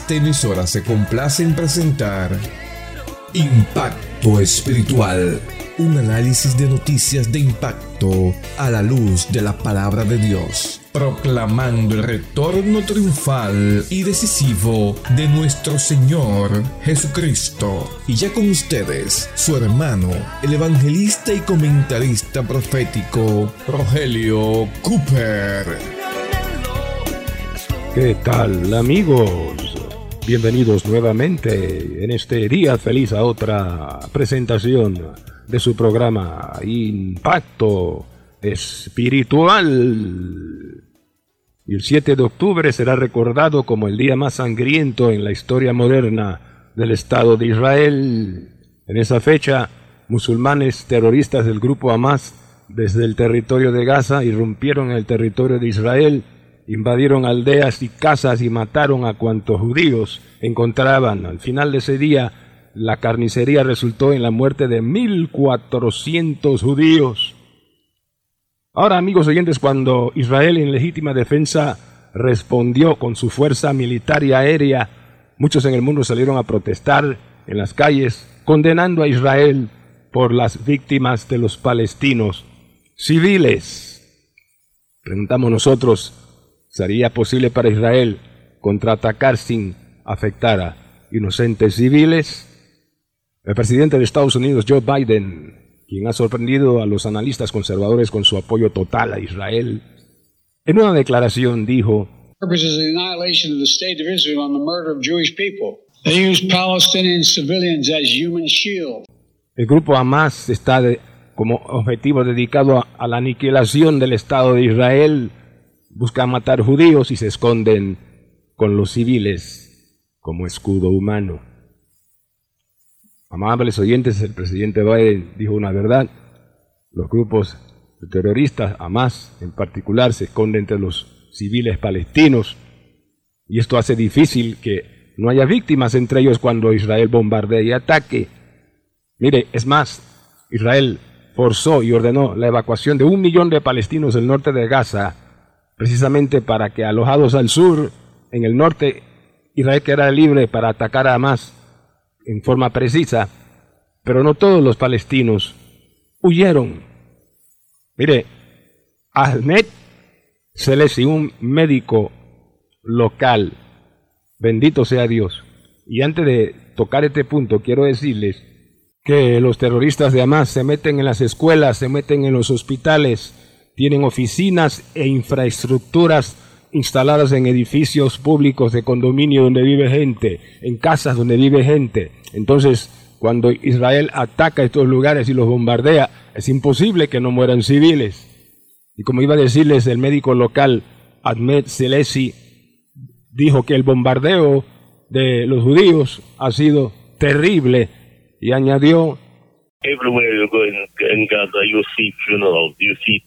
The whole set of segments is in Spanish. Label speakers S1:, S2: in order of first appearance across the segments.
S1: Esta emisora se complace en presentar Impacto Espiritual, un análisis de noticias de impacto a la luz de la palabra de Dios, proclamando el retorno triunfal y decisivo de nuestro Señor Jesucristo. Y ya con ustedes, su hermano, el evangelista y comentarista profético, Rogelio Cooper.
S2: ¿Qué tal, amigos? Bienvenidos nuevamente en este día feliz a otra presentación de su programa Impacto Espiritual. Y el 7 de octubre será recordado como el día más sangriento en la historia moderna del Estado de Israel. En esa fecha, musulmanes terroristas del grupo Hamas desde el territorio de Gaza irrumpieron en el territorio de Israel, invadieron aldeas y casas y mataron a cuantos judíos encontraban. Al final de ese día, la carnicería resultó en la muerte de 1,400 judíos. Ahora, amigos oyentes, cuando Israel en legítima defensa respondió con su fuerza militar y aérea, muchos en el mundo salieron a protestar en las calles, condenando a Israel por las víctimas de los palestinos civiles. Preguntamos nosotros, ¿sería posible para Israel contraatacar sin afectar a inocentes civiles? El presidente de Estados Unidos, Joe Biden, quien ha sorprendido a los analistas conservadores con su apoyo total a Israel, en una declaración dijo: el grupo Hamas está como objetivo dedicado a la aniquilación del Estado de Israel. Buscan matar judíos y se esconden con los civiles como escudo humano. Amables oyentes, el presidente Biden dijo una verdad. Los grupos terroristas, Hamas en particular, se esconden entre los civiles palestinos y esto hace difícil que no haya víctimas entre ellos cuando Israel bombardea y ataque. Mire, es más, Israel forzó y ordenó la evacuación de 1 millón de palestinos del norte de Gaza, precisamente para que, alojados al sur, en el norte, Israel quedara libre para atacar a Hamas en forma precisa, pero no todos los palestinos huyeron. Mire, Ahmed Selesi, un médico local, bendito sea Dios, y antes de tocar este punto, quiero decirles que los terroristas de Hamas se meten en las escuelas, se meten en los hospitales, tienen oficinas e infraestructuras instaladas en edificios públicos de condominio donde vive gente, en casas donde vive gente. Entonces, cuando Israel ataca estos lugares y los bombardea, es imposible que no mueran civiles. Y como iba a decirles, el médico local, Ahmed Selesi, dijo que el bombardeo de los judíos ha sido terrible y añadió:
S3: everywhere you go in Gaza, you see funerals, you see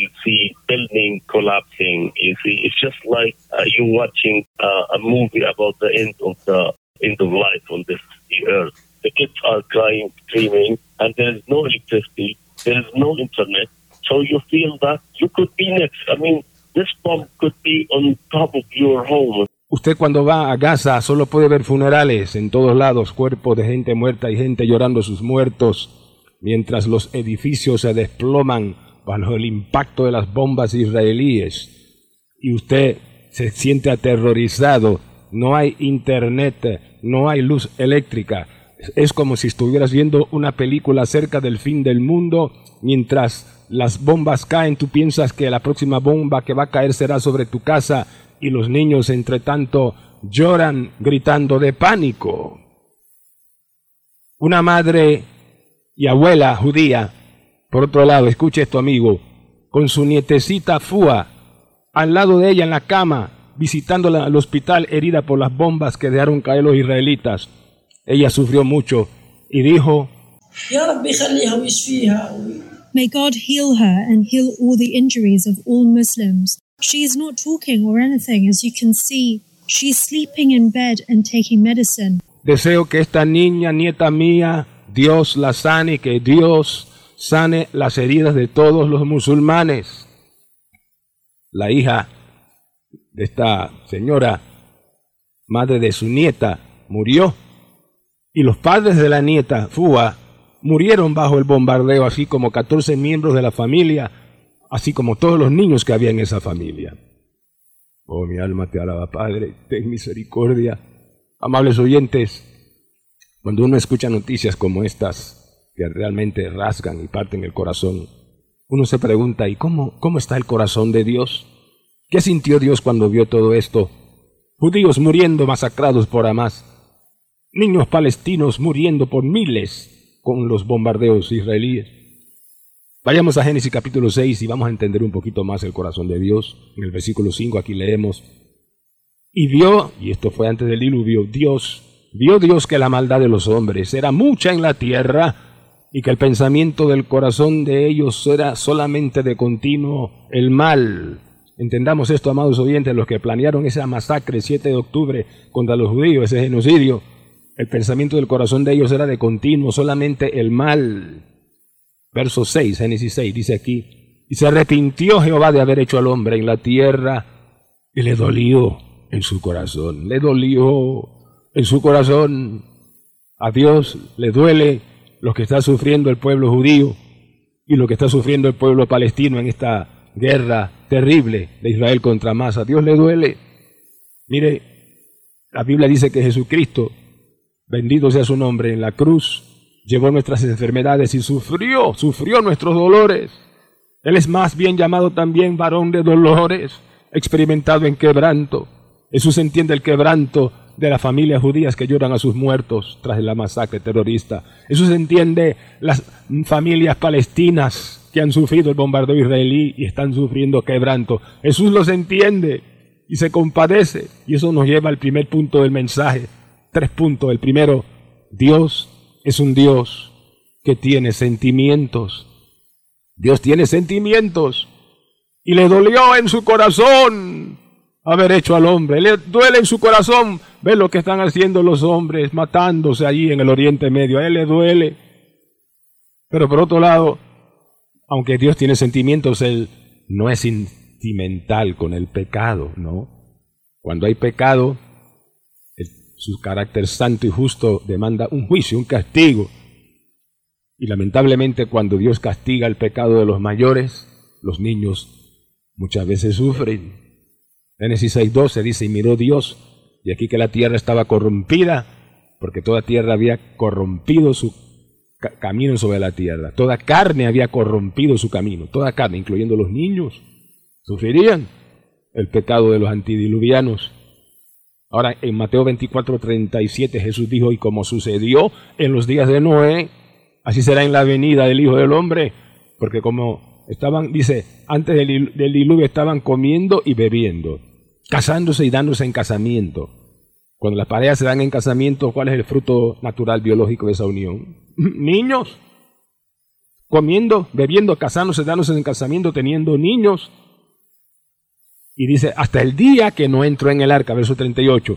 S3: building collapsing. You see, it's just like you watching a movie about the end of life on this earth. The kids are crying, screaming, and there is no electricity, there is no internet. So you feel that you could be next. I mean, this bomb could be on top of your home.
S2: Usted cuando va a Gaza solo puede ver funerales en todos lados, cuerpos de gente muerta y gente llorando a sus muertos, mientras los edificios se desploman bajo el impacto de las bombas israelíes. Y usted se siente aterrorizado, no hay internet, no hay luz eléctrica. Es como si estuvieras viendo una película acerca del fin del mundo, mientras las bombas caen, tú piensas que la próxima bomba que va a caer será sobre tu casa, y los niños, entre tanto, lloran gritando de pánico. Una madre y abuela judía, por otro lado, escuche esto, amigo, con su nietecita Fua, al lado de ella en la cama, visitándola al hospital herida por las bombas que dejaron caer los israelitas. Ella sufrió mucho y dijo:
S4: May God heal her and heal all the injuries of all Muslims. She is not talking or anything, as you can see. She's sleeping in bed and taking medicine.
S2: Deseo que esta niña, nieta mía, Dios la sane y que Dios sane las heridas de todos los musulmanes. La hija de esta señora madre de su nieta, murió. Y los padres de la nieta, Fua, murieron bajo el bombardeo, así como 14 miembros de la familia, así como todos los niños que había en esa familia. Oh, mi alma te alaba, Padre, ten misericordia. Amables oyentes, cuando uno escucha noticias como estas, que realmente rasgan y parten el corazón, uno se pregunta, ¿y cómo está el corazón de Dios? ¿Qué sintió Dios cuando vio todo esto? Judíos muriendo masacrados por Hamás, niños palestinos muriendo por miles con los bombardeos israelíes. Vayamos a Génesis capítulo 6 y vamos a entender un poquito más el corazón de Dios. En el versículo 5 aquí leemos, y vio, y esto fue antes del diluvio, vio Dios que la maldad de los hombres era mucha en la tierra y que el pensamiento del corazón de ellos era solamente de continuo el mal. Entendamos esto, amados oyentes, los que planearon esa masacre el 7 de octubre contra los judíos, ese genocidio, el pensamiento del corazón de ellos era de continuo, solamente el mal. Verso 6, Génesis 6, dice aquí, y se arrepintió Jehová de haber hecho al hombre en la tierra, y le dolió en su corazón, le dolió en su corazón. A Dios le duele lo que está sufriendo el pueblo judío y lo que está sufriendo el pueblo palestino en esta guerra terrible de Israel contra Hamás. A Dios le duele. Mire, la Biblia dice que Jesucristo, bendito sea su nombre, en la cruz llevó nuestras enfermedades y sufrió nuestros dolores. Él es más bien llamado también varón de dolores, experimentado en quebranto. Jesús entiende el quebranto de las familias judías que lloran a sus muertos tras la masacre terrorista. Jesús entiende las familias palestinas que han sufrido el bombardeo israelí y están sufriendo quebranto. Jesús los entiende y se compadece. Y eso nos lleva al primer punto del mensaje. 3 puntos. El primero, Dios es un Dios que tiene sentimientos. Dios tiene sentimientos y le dolió en su corazón haber hecho al hombre. Le duele en su corazón ver lo que están haciendo los hombres, matándose allí en el Oriente Medio. A él le duele. Pero por otro lado, aunque Dios tiene sentimientos, Él no es sentimental con el pecado, ¿no? Cuando hay pecado, su carácter santo y justo demanda un juicio, un castigo. Y lamentablemente cuando Dios castiga el pecado de los mayores, los niños muchas veces sufren. Génesis 6:12 dice, y miró Dios, y aquí que la tierra estaba corrompida, porque toda tierra había corrompido su camino sobre la tierra. Toda carne había corrompido su camino. Toda carne, incluyendo los niños, sufrirían el pecado de los antidiluvianos. Ahora, en Mateo 24:37 Jesús dijo, y como sucedió en los días de Noé, así será en la venida del Hijo del Hombre, porque como estaban, dice, antes del diluvio estaban comiendo y bebiendo, casándose y dándose en casamiento. Cuando las parejas se dan en casamiento, ¿cuál es el fruto natural biológico de esa unión? Niños, comiendo, bebiendo, casándose, dándose en casamiento, teniendo niños. Y dice, hasta el día que no entró en el arca, verso 38.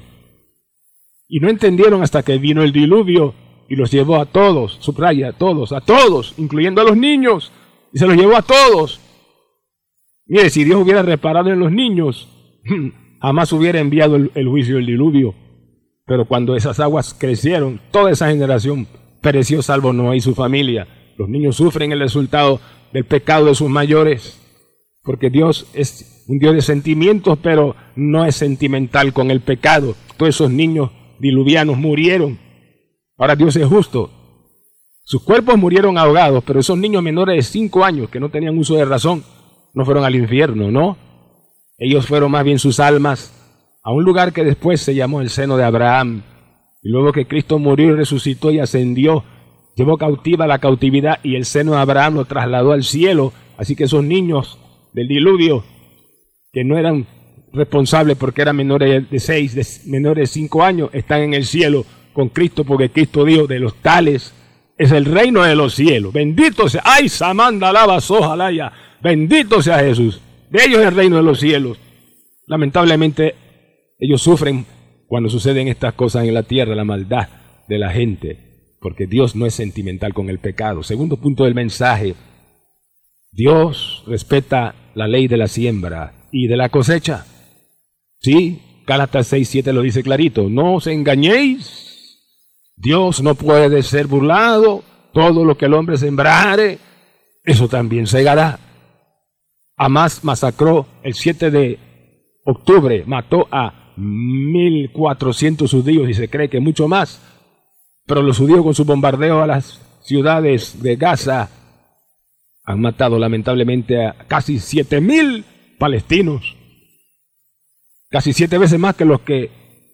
S2: Y no entendieron hasta que vino el diluvio y los llevó a todos, subraya, a todos, incluyendo a los niños. Y se los llevó a todos. Mire, si Dios hubiera reparado en los niños, jamás hubiera enviado el juicio del diluvio. Pero cuando esas aguas crecieron, toda esa generación pereció salvo Noé y su familia. Los niños sufren el resultado del pecado de sus mayores. Porque Dios es un Dios de sentimientos, pero no es sentimental con el pecado. Todos esos niños diluvianos murieron. Ahora Dios es justo. Sus cuerpos murieron ahogados, pero esos niños menores de 5 años que no tenían uso de razón, no fueron al infierno, ¿no? Ellos fueron más bien sus almas a un lugar que después se llamó el seno de Abraham. Y luego que Cristo murió y resucitó y ascendió, llevó cautiva la cautividad y el seno de Abraham lo trasladó al cielo. Así que esos niños del diluvio, que no eran responsables porque eran menores de 6, menores de 5 años, están en el cielo con Cristo, porque Cristo dijo, de los tales es el reino de los cielos. Bendito sea, ay, Samanda, alaba, sojalaya, bendito sea Jesús. De ellos es el reino de los cielos. Lamentablemente, ellos sufren cuando suceden estas cosas en la tierra, la maldad de la gente, porque Dios no es sentimental con el pecado. Segundo punto del mensaje, Dios respeta la ley de la siembra y de la cosecha. Sí, Gálatas 6:7 lo dice clarito. No os engañéis. Dios no puede ser burlado. Todo lo que el hombre sembrare, eso también segará. Hamás masacró el 7 de octubre, mató a 1.400 judíos y se cree que mucho más. Pero los judíos con su bombardeo a las ciudades de Gaza han matado lamentablemente a casi 7.000 palestinos. Casi 7 veces más que los que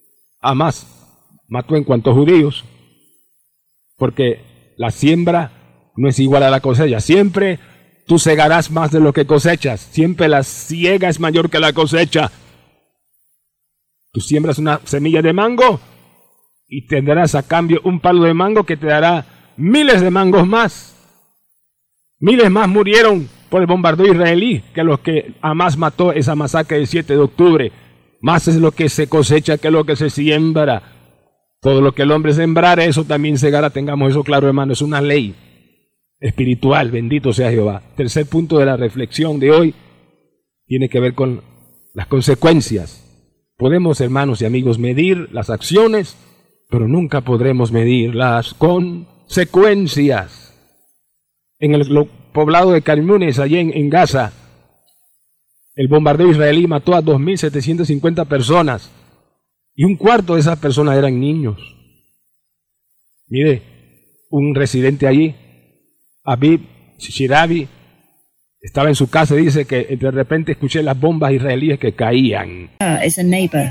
S2: Hamás mató en cuanto a judíos. Porque la siembra no es igual a la cosecha. Siempre tú segarás más de lo que cosechas. Siempre la siega es mayor que la cosecha. Tú siembras una semilla de mango y tendrás a cambio un palo de mango que te dará miles de mangos más. Miles más murieron por el bombardeo israelí que los que Hamás mató esa masacre del 7 de octubre. Más es lo que se cosecha que lo que se siembra. Todo lo que el hombre sembrare, eso también segará. Tengamos eso claro, hermano. Es una ley espiritual. Bendito sea Jehová. Tercer punto de la reflexión de hoy tiene que ver con las consecuencias. Podemos, hermanos y amigos, medir las acciones, pero nunca podremos medir las consecuencias. En el poblado de Carmunes, allí en Gaza, el bombardeo israelí mató a 2.750 personas y un cuarto de esas personas eran niños. Mire, un residente allí, Aviv Shirabi, estaba en su casa y dice que de repente escuché las bombas israelíes que caían.
S5: It's a neighbor.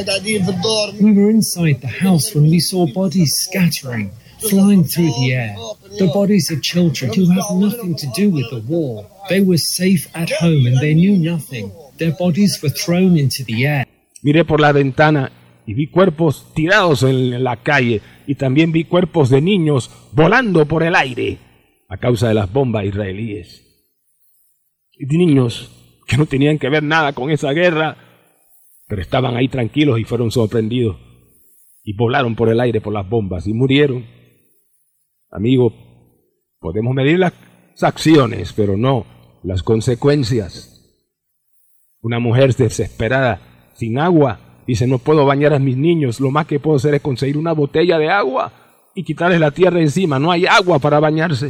S6: We were inside the house when we saw bodies scattering, flying through the air. The bodies of children who have nothing to do with the war. They were safe at home and they knew nothing. Their bodies were thrown into the air.
S2: Miré por la ventana y vi cuerpos tirados en la calle y también vi cuerpos de niños volando por el aire a causa de las bombas israelíes. Y niños que no tenían que ver nada con esa guerra, pero estaban ahí tranquilos y fueron sorprendidos y volaron por el aire por las bombas y murieron. Amigo, podemos medir las acciones, pero no las consecuencias. Una mujer desesperada, sin agua, dice, no puedo bañar a mis niños, lo más que puedo hacer es conseguir una botella de agua y quitarles la tierra encima, no hay agua para bañarse.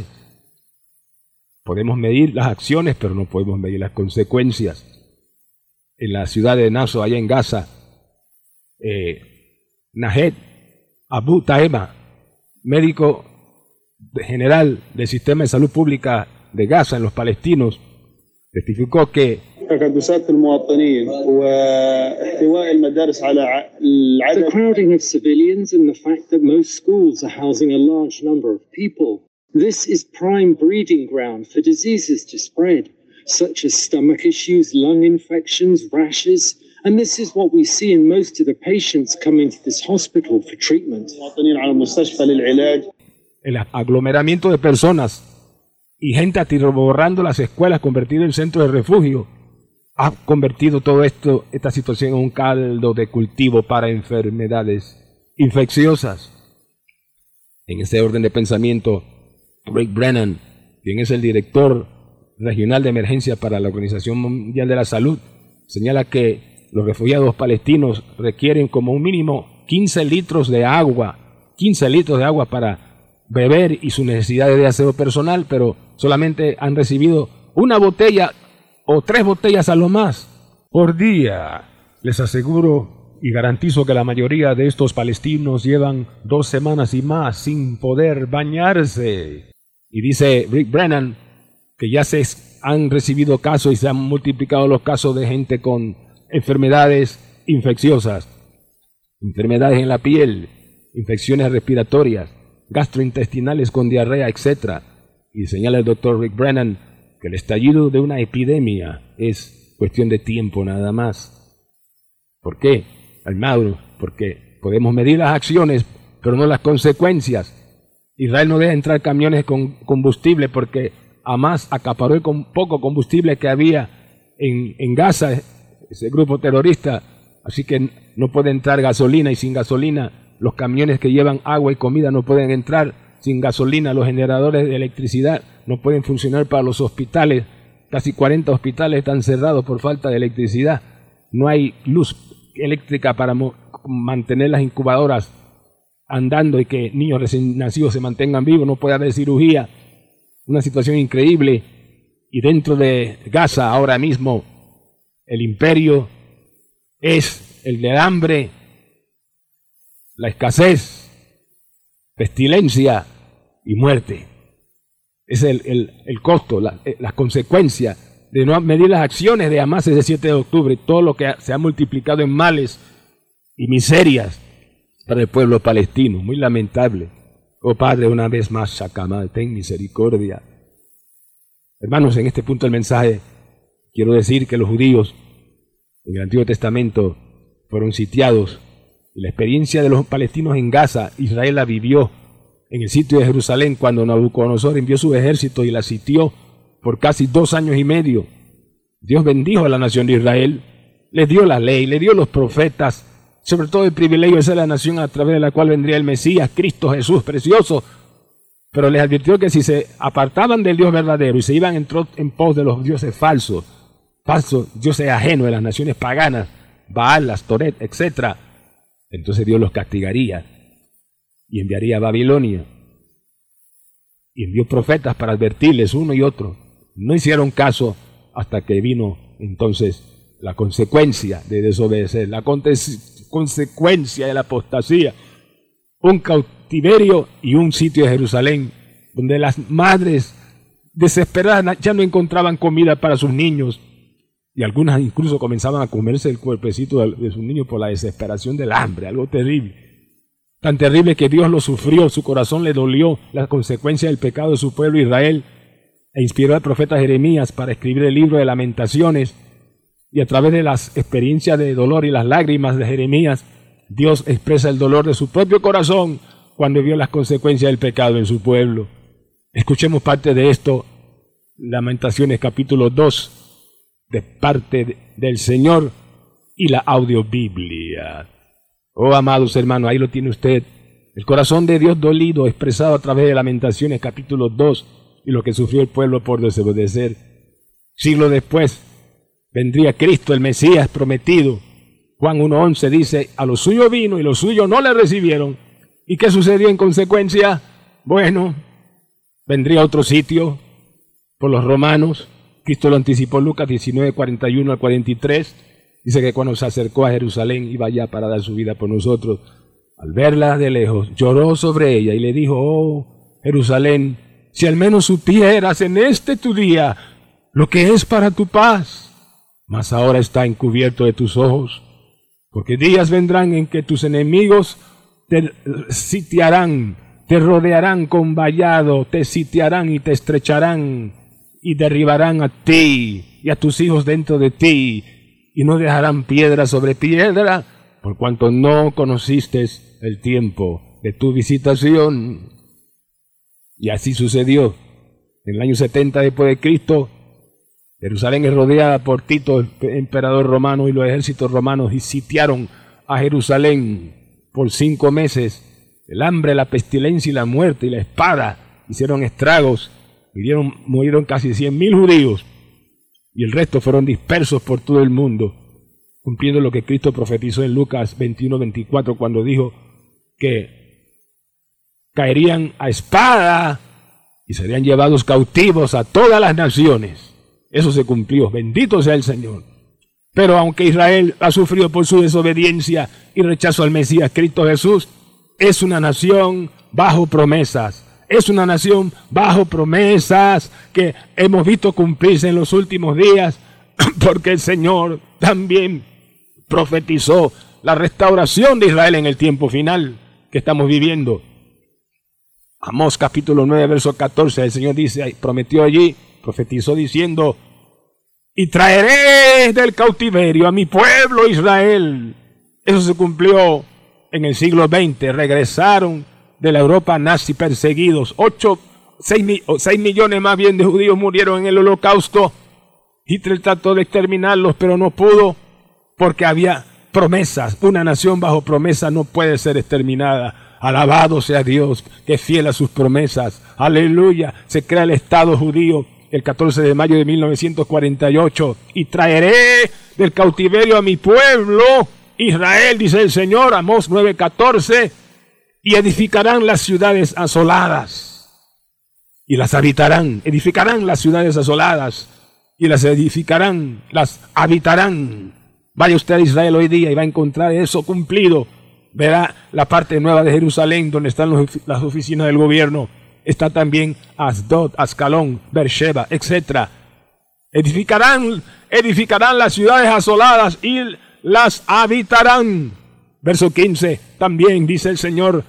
S2: Podemos medir las acciones, pero no podemos medir las consecuencias. En la ciudad de Naso, allá en Gaza, Nahed Abu Taema, médico general del sistema de salud pública de Gaza en los palestinos, testificó que
S7: the crowding of civilians and the fact that most schools are housing a large number of people. This is prime breeding ground for diseases to spread, such as stomach issues, lung infections, rashes, and this is what we see in most of the patients coming to this hospital for treatment.
S2: El aglomeramiento de personas y gente atiborrando las escuelas, convertido en centro de refugio, ha convertido todo esto, esta situación en un caldo de cultivo para enfermedades infecciosas. En ese orden de pensamiento, Rick Brennan, quien es el director regional de emergencia para la Organización Mundial de la Salud, señala que los refugiados palestinos requieren como un mínimo 15 litros de agua para beber y sus necesidades de aseo personal, pero solamente han recibido una botella o 3 botellas a lo más por día. Les aseguro y garantizo que la mayoría de estos palestinos llevan 2 semanas y más sin poder bañarse. Y dice Rick Brennan que ya se han recibido casos y se han multiplicado los casos de gente con enfermedades infecciosas, enfermedades en la piel, infecciones respiratorias, gastrointestinales con diarrea, etc. Y señala el doctor Rick Brennan que el estallido de una epidemia es cuestión de tiempo nada más. ¿Por qué, hermano? Porque podemos medir las acciones, pero no las consecuencias. Israel no deja entrar camiones con combustible porque Hamás acaparó el poco combustible que había en Gaza, ese grupo terrorista, así que no puede entrar gasolina, y sin gasolina los camiones que llevan agua y comida no pueden entrar, sin gasolina los generadores de electricidad no pueden funcionar para los hospitales, casi 40 hospitales están cerrados por falta de electricidad, no hay luz eléctrica para mantener las incubadoras andando y que niños recién nacidos se mantengan vivos, no puede haber cirugía, una situación increíble. Y dentro de Gaza ahora mismo el imperio es el del hambre, la escasez, pestilencia y muerte. Es el costo, las consecuencias de no medir las acciones de Hamas ese 7 de octubre, todo lo que se ha multiplicado en males y miserias para el pueblo palestino. Muy lamentable. Oh Padre, una vez más, Shakama, ten misericordia. Hermanos, en este punto del mensaje quiero decir que los judíos en el Antiguo Testamento fueron sitiados. Y la experiencia de los palestinos en Gaza, Israel la vivió en el sitio de Jerusalén cuando Nabucodonosor envió su ejército y la sitió por casi 2 años y medio. Dios bendijo a la nación de Israel, les dio la ley, le dio los profetas, sobre todo el privilegio de ser la nación a través de la cual vendría el Mesías, Cristo Jesús precioso. Pero les advirtió que si se apartaban del Dios verdadero y se iban en pos de los dioses falsos, dioses ajenos de las naciones paganas, Baal, Astoret, etc., entonces Dios los castigaría y enviaría a Babilonia. Y envió profetas para advertirles uno y otro. No hicieron caso hasta que vino entonces la consecuencia de desobedecer, la consecuencia de la apostasía, un cautiverio y un sitio de Jerusalén donde las madres desesperadas ya no encontraban comida para sus niños y algunas incluso comenzaban a comerse el cuerpecito de sus niños por la desesperación del hambre, algo terrible. Tan terrible que Dios lo sufrió, su corazón le dolió la consecuencia del pecado de su pueblo Israel e inspiró al profeta Jeremías para escribir el libro de Lamentaciones. Y a través de las experiencias de dolor y las lágrimas de Jeremías, Dios expresa el dolor de su propio corazón cuando vio las consecuencias del pecado en su pueblo. Escuchemos parte de esto, Lamentaciones capítulo 2, de parte del Señor y la audiobiblia. Oh, amados hermanos, ahí lo tiene usted. El corazón de Dios dolido expresado a través de Lamentaciones capítulo 2 y lo que sufrió el pueblo por desobedecer. Siglo después vendría Cristo, el Mesías prometido. Juan 1:11 dice, a lo suyo vino y los suyos no le recibieron. ¿Y qué sucedió en consecuencia? Bueno, vendría otro sitio por los romanos. Cristo lo anticipó en Lucas 19:41 al 43. Dice que cuando se acercó a Jerusalén iba ya para dar su vida por nosotros. Al verla de lejos, lloró sobre ella y le dijo, oh Jerusalén, si al menos supieras en este tu día lo que es para tu paz, mas ahora está encubierto de tus ojos, porque días vendrán en que tus enemigos te sitiarán, te rodearán con vallado, te sitiarán y te estrecharán y derribarán a ti y a tus hijos dentro de ti y no dejarán piedra sobre piedra por cuanto no conociste el tiempo de tu visitación. Y así sucedió. En el año 70 después de Cristo, Jerusalén es rodeada por Tito, el emperador romano, y los ejércitos romanos y sitiaron a Jerusalén por 5 meses. El hambre, la pestilencia y la muerte y la espada hicieron estragos. Murieron casi 100,000 judíos y el resto fueron dispersos por todo el mundo, cumpliendo lo que Cristo profetizó en Lucas 21:24 cuando dijo que caerían a espada y serían llevados cautivos a todas las naciones. Eso se cumplió, bendito sea el Señor. Pero aunque Israel ha sufrido por su desobediencia y rechazo al Mesías Cristo Jesús, es una nación bajo promesas. Es una nación bajo promesas que hemos visto cumplirse en los últimos días, porque el Señor también profetizó la restauración de Israel en el tiempo final que estamos viviendo. Amós capítulo 9, verso 14, el Señor dice, prometió allí, profetizó diciendo, y traeré del cautiverio a mi pueblo Israel. Eso se cumplió en el siglo XX, regresaron de la Europa nazi perseguidos. 6 millones más bien de judíos murieron en el Holocausto. Hitler trató de exterminarlos, pero no pudo, porque había promesas. Una nación bajo promesa no puede ser exterminada. Alabado sea Dios, que es fiel a sus promesas. Aleluya. Se crea el Estado judío el 14 de mayo de 1948. Y traeré del cautiverio a mi pueblo Israel, dice el Señor, Amós 9:14, y edificarán las ciudades asoladas y las habitarán. Edificarán las ciudades asoladas y las edificarán, las habitarán. Vaya usted a Israel hoy día y va a encontrar eso cumplido. Verá la parte nueva de Jerusalén donde están las oficinas del gobierno. Está también Asdod, Ascalón, Beersheba, etc. Edificarán las ciudades asoladas y las habitarán. Verso 15, también dice el Señor,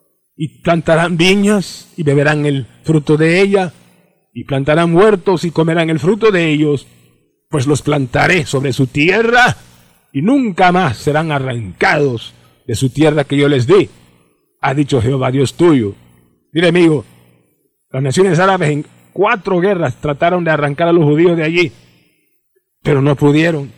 S2: y plantarán viñas y beberán el fruto de ella, y plantarán huertos y comerán el fruto de ellos, pues los plantaré sobre su tierra y nunca más serán arrancados de su tierra que yo les di, ha dicho Jehová Dios tuyo. Mire, amigo, las naciones árabes en 4 guerras trataron de arrancar a los judíos de allí, pero no pudieron.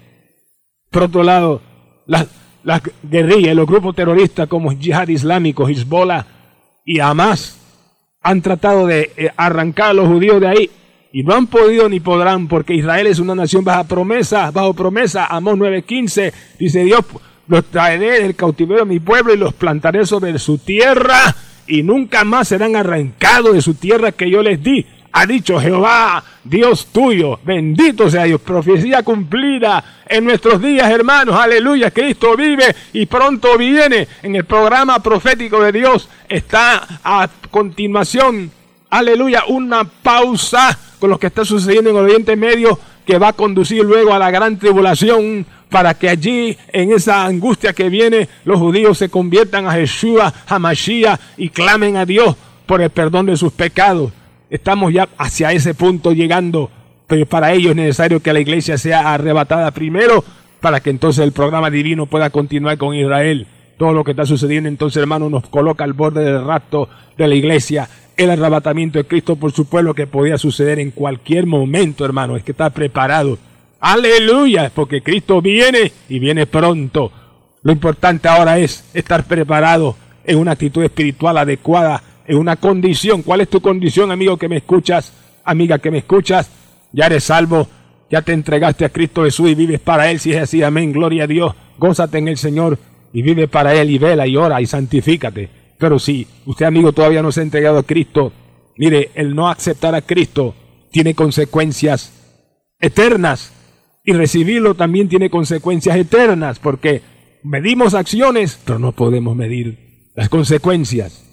S2: Por otro lado, las guerrillas, los grupos terroristas como Yihad Islámico, Hezbollah y Hamas han tratado de arrancar a los judíos de ahí y no han podido ni podrán, porque Israel es una nación bajo promesa. Amós 9:15 dice Dios: los traeré del cautiverio a mi pueblo y los plantaré sobre su tierra y nunca más serán arrancados de su tierra que yo les di, ha dicho Jehová Dios tuyo. Bendito sea Dios. Profecía cumplida en nuestros días, hermanos. Aleluya. Cristo vive y pronto viene. En el programa profético de Dios está a continuación, aleluya, una pausa con lo que está sucediendo en Oriente Medio, que va a conducir luego a la gran tribulación, para que allí, en esa angustia que viene, los judíos se conviertan a Yeshua, a Mashiach, y clamen a Dios por el perdón de sus pecados. Estamos ya hacia ese punto llegando, pero para ello es necesario que la iglesia sea arrebatada primero, para que entonces el programa divino pueda continuar con Israel. Todo lo que está sucediendo entonces, hermano, nos coloca al borde del rapto de la iglesia, el arrebatamiento de Cristo por su pueblo, que podía suceder en cualquier momento, hermano. Es que está preparado. Aleluya, porque Cristo viene y viene pronto. Lo importante ahora es estar preparado en una actitud espiritual adecuada, en una condición. ¿Cuál es tu condición, amigo que me escuchas, amiga que me escuchas? Ya eres salvo, ya te entregaste a Cristo Jesús y vives para Él. Si es así, amén, gloria a Dios. Gózate en el Señor y vive para Él, y vela y ora y santifícate. Pero si usted, amigo, todavía no se ha entregado a Cristo, mire, el no aceptar a Cristo tiene consecuencias eternas, y recibirlo también tiene consecuencias eternas, porque medimos acciones, pero no podemos medir las consecuencias.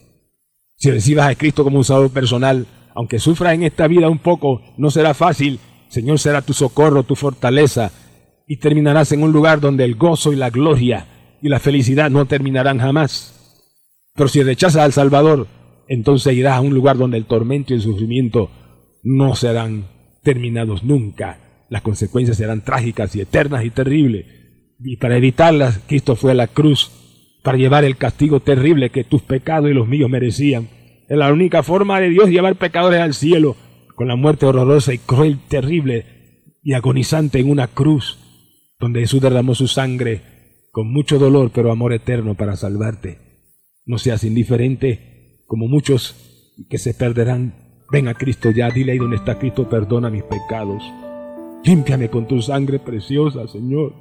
S2: Si recibas a Cristo como un salvador personal, aunque sufras en esta vida un poco, no será fácil. Señor será tu socorro, tu fortaleza, y terminarás en un lugar donde el gozo y la gloria y la felicidad no terminarán jamás. Pero si rechazas al Salvador, entonces irás a un lugar donde el tormento y el sufrimiento no serán terminados nunca. Las consecuencias serán trágicas y eternas y terribles. Y para evitarlas, Cristo fue a la cruz para llevar el castigo terrible que tus pecados y los míos merecían. Es la única forma de Dios llevar pecadores al cielo, con la muerte horrorosa y cruel, terrible y agonizante en una cruz, donde Jesús derramó su sangre con mucho dolor, pero amor eterno para salvarte. No seas indiferente, como muchos que se perderán. Ven a Cristo ya, dile ahí donde está Cristo: perdona mis pecados. Límpiame con tu sangre preciosa, Señor.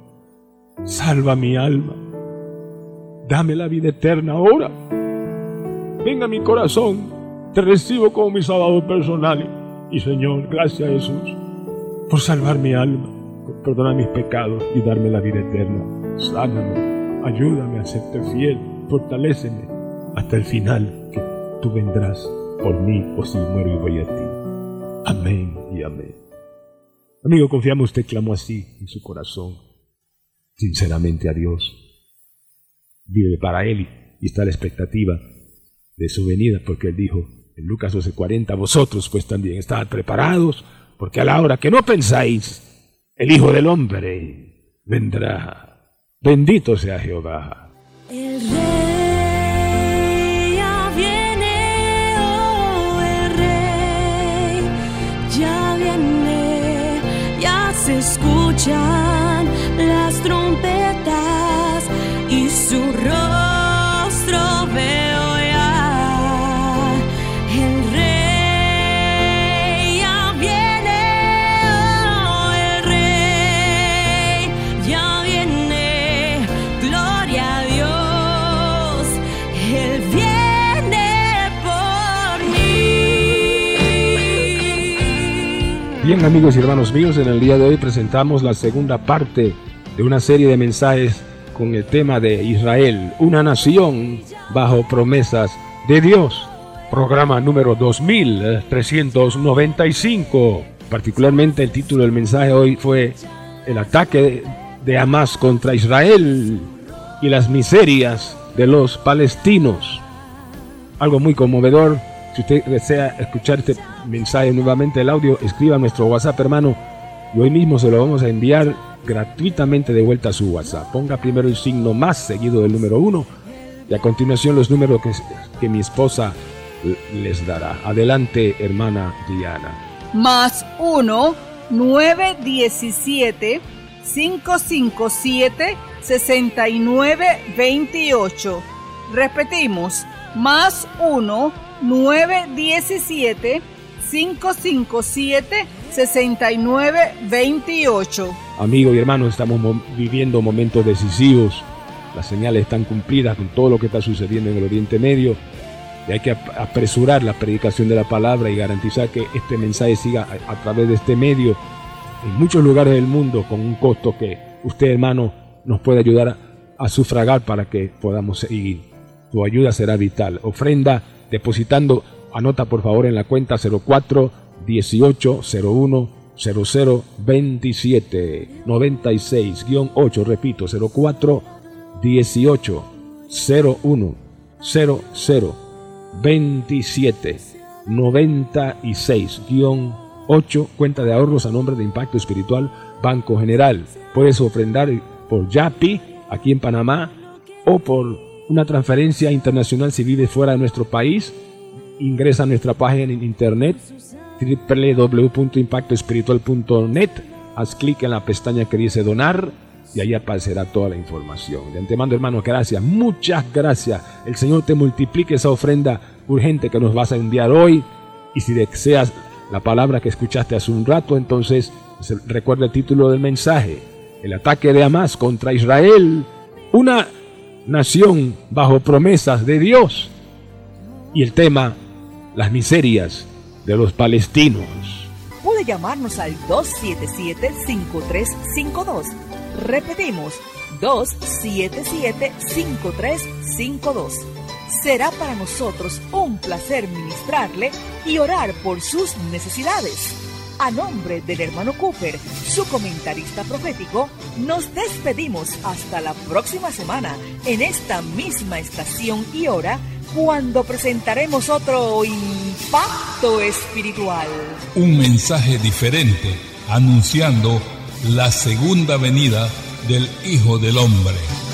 S2: Salva mi alma. Dame la vida eterna ahora. Ven a mi corazón. Te recibo como mi salvador personal. Y Señor, gracias, Jesús, por salvar mi alma, por perdonar mis pecados y darme la vida eterna. Sáname, ayúdame a serte fiel, fortaléceme hasta el final, que tú vendrás por mí, o si muero y voy a ti. Amén y amén. Amigo, confiamos, usted clamó así en su corazón, sinceramente a Dios. Vive para Él y está a la expectativa de su venida, porque Él dijo en Lucas 12:40, vosotros pues también estad preparados, porque a la hora que no pensáis, el Hijo del Hombre vendrá. Bendito sea Jehová.
S5: El Rey ya viene, oh, el Rey ya viene, ya se escuchan las trompetas y su rostro veo ya. El Rey ya viene, oh, el Rey ya viene, gloria.
S2: Bien, amigos y hermanos míos, en el día de hoy presentamos la segunda parte de una serie de mensajes con el tema de Israel, una nación bajo promesas de Dios. Programa número 2395. Particularmente el título del mensaje hoy fue el ataque de Hamas contra Israel y las miserias de los palestinos. Algo muy conmovedor. Si usted desea escuchar este mensaje nuevamente, el audio, escriba a nuestro WhatsApp, hermano, y hoy mismo se lo vamos a enviar gratuitamente de vuelta a su WhatsApp. Ponga primero el signo más seguido del número 1 y a continuación los números que mi esposa les dará. Adelante, hermana Diana.
S8: Más 1-917-557-6928. Repetimos, más 1-917-557-6928.
S2: Amigo y hermano, estamos viviendo momentos decisivos. Las señales están cumplidas con todo lo que está sucediendo en el Oriente Medio. Y hay que apresurar la predicación de la palabra y garantizar que este mensaje siga a través de este medio en muchos lugares del mundo con un costo que usted, hermano, nos puede ayudar a sufragar para que podamos seguir. Tu ayuda será vital. Ofrenda depositando, anota por favor en la cuenta 04 18 01 00 27 96-8, repito, 04 18 01 00 27 96-8, cuenta de ahorros a nombre de Impacto Espiritual Banco General. Puedes ofrendar por Yapi aquí en Panamá o por una transferencia internacional si vives fuera de nuestro país. Ingresa a nuestra página en internet www.impactoespiritual.net, haz clic en la pestaña que dice donar y ahí aparecerá toda la información. De antemano, hermanos, gracias, muchas gracias. El Señor te multiplique esa ofrenda urgente que nos vas a enviar hoy. Y si deseas la palabra que escuchaste hace un rato, entonces recuerda el título del mensaje: el ataque de Hamas contra Israel, una nación bajo promesas de Dios. Y el las miserias de los palestinos.
S8: Puede llamarnos al 277-5352. Repetimos, 277-5352. Será para nosotros un placer ministrarle y orar por sus necesidades. A nombre del hermano Cooper, su comentarista profético, nos despedimos hasta la próxima semana en esta misma estación y hora, cuando presentaremos otro Impacto Espiritual.
S9: Un mensaje diferente anunciando la segunda venida del Hijo del Hombre.